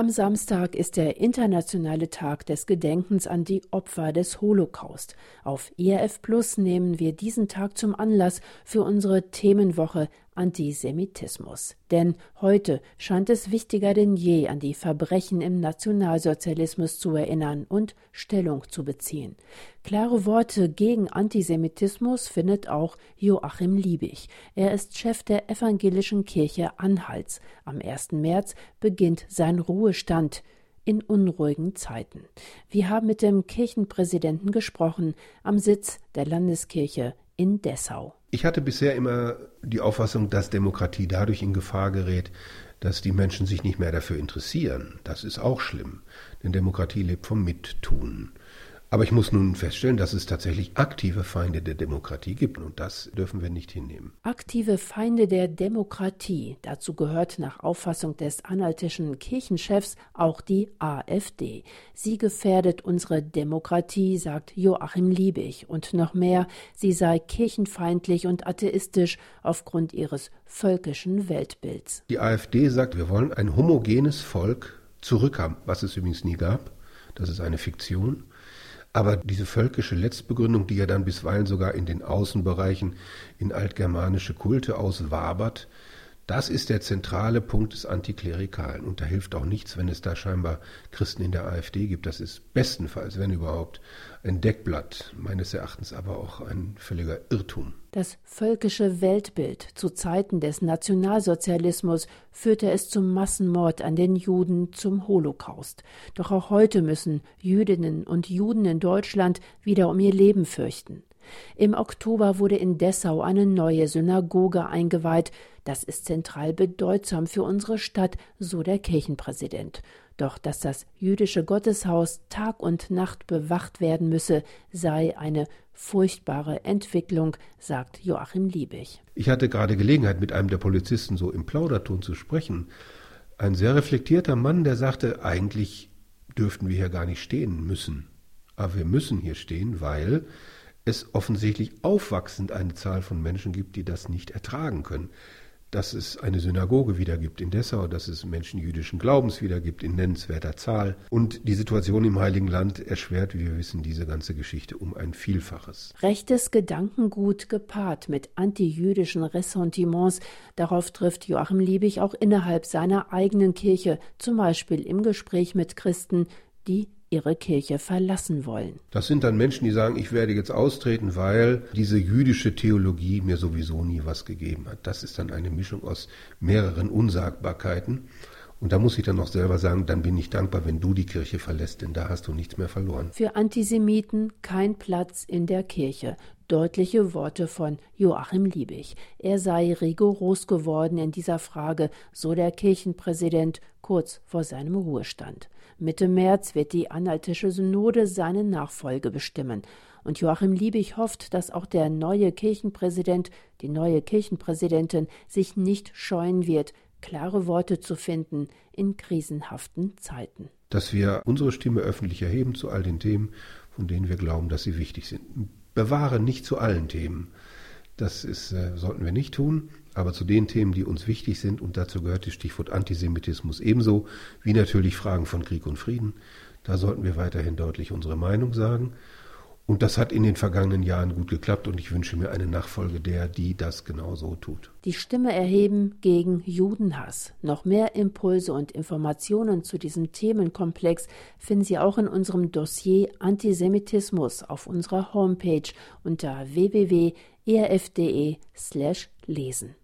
Am Samstag ist der internationale Tag des Gedenkens an die Opfer des Holocaust. Auf ERF Plus nehmen wir diesen Tag zum Anlass für unsere Themenwoche Antisemitismus. Denn heute scheint es wichtiger denn je, an die Verbrechen im Nationalsozialismus zu erinnern und Stellung zu beziehen. Klare Worte gegen Antisemitismus findet auch Joachim Liebig. Er ist Chef der Evangelischen Kirche Anhalts. Am 1. März beginnt sein Ruhestand in unruhigen Zeiten. Wir haben mit dem Kirchenpräsidenten gesprochen am Sitz der Landeskirche in Dessau. Ich hatte bisher immer die Auffassung, dass Demokratie dadurch in Gefahr gerät, dass die Menschen sich nicht mehr dafür interessieren. Das ist auch schlimm, denn Demokratie lebt vom Mittun. Aber ich muss nun feststellen, dass es tatsächlich aktive Feinde der Demokratie gibt und das dürfen wir nicht hinnehmen. Aktive Feinde der Demokratie. Dazu gehört nach Auffassung des anhaltischen Kirchenchefs auch die AfD. Sie gefährdet unsere Demokratie, sagt Joachim Liebig. Und noch mehr, sie sei kirchenfeindlich und atheistisch aufgrund ihres völkischen Weltbilds. Die AfD sagt, wir wollen ein homogenes Volk zurückhaben, was es übrigens nie gab. Das ist eine Fiktion. Aber diese völkische Letztbegründung, die ja dann bisweilen sogar in den Außenbereichen in altgermanische Kulte auswabert, das ist der zentrale Punkt des Antiklerikalen. Und da hilft auch nichts, wenn es da scheinbar Christen in der AfD gibt. Das ist bestenfalls, wenn überhaupt, ein Deckblatt, meines Erachtens aber auch ein völliger Irrtum. Das völkische Weltbild zu Zeiten des Nationalsozialismus führte es zum Massenmord an den Juden, zum Holocaust. Doch auch heute müssen Jüdinnen und Juden in Deutschland wieder um ihr Leben fürchten. Im Oktober wurde in Dessau eine neue Synagoge eingeweiht. Das ist zentral bedeutsam für unsere Stadt, so der Kirchenpräsident. Doch dass das jüdische Gotteshaus Tag und Nacht bewacht werden müsse, sei eine furchtbare Entwicklung, sagt Joachim Liebig. Ich hatte gerade Gelegenheit, mit einem der Polizisten so im Plauderton zu sprechen. Ein sehr reflektierter Mann, der sagte, eigentlich dürften wir hier gar nicht stehen müssen. Aber wir müssen hier stehen, weil es offensichtlich aufwachsend eine Zahl von Menschen gibt, die das nicht ertragen können. Dass es eine Synagoge wieder gibt in Dessau, dass es Menschen jüdischen Glaubens wieder gibt in nennenswerter Zahl. Und die Situation im Heiligen Land erschwert, wie wir wissen, diese ganze Geschichte um ein Vielfaches. Rechtes Gedankengut gepaart mit antijüdischen Ressentiments, darauf trifft Joachim Liebig auch innerhalb seiner eigenen Kirche, zum Beispiel im Gespräch mit Christen, die ihre Kirche verlassen wollen. Das sind dann Menschen, die sagen, ich werde jetzt austreten, weil diese jüdische Theologie mir sowieso nie was gegeben hat. Das ist dann eine Mischung aus mehreren Unsagbarkeiten. Und da muss ich dann auch selber sagen, dann bin ich dankbar, wenn du die Kirche verlässt, denn da hast du nichts mehr verloren. Für Antisemiten kein Platz in der Kirche. Deutliche Worte von Joachim Liebig. Er sei rigoros geworden in dieser Frage, so der Kirchenpräsident kurz vor seinem Ruhestand. Mitte März wird die Anhaltische Synode seine Nachfolge bestimmen. Und Joachim Liebig hofft, dass auch der neue Kirchenpräsident, die neue Kirchenpräsidentin sich nicht scheuen wird, klare Worte zu finden in krisenhaften Zeiten. Dass wir unsere Stimme öffentlich erheben zu all den Themen, von denen wir glauben, dass sie wichtig sind. Bewahre nicht zu allen Themen. Das sollten wir nicht tun, aber zu den Themen, die uns wichtig sind, und dazu gehört das Stichwort Antisemitismus ebenso, wie natürlich Fragen von Krieg und Frieden, da sollten wir weiterhin deutlich unsere Meinung sagen. Und das hat in den vergangenen Jahren gut geklappt und ich wünsche mir eine Nachfolge die das genauso tut. Die Stimme erheben gegen Judenhass. Noch mehr Impulse und Informationen zu diesem Themenkomplex finden Sie auch in unserem Dossier Antisemitismus auf unserer Homepage unter www.erf.de/lesen.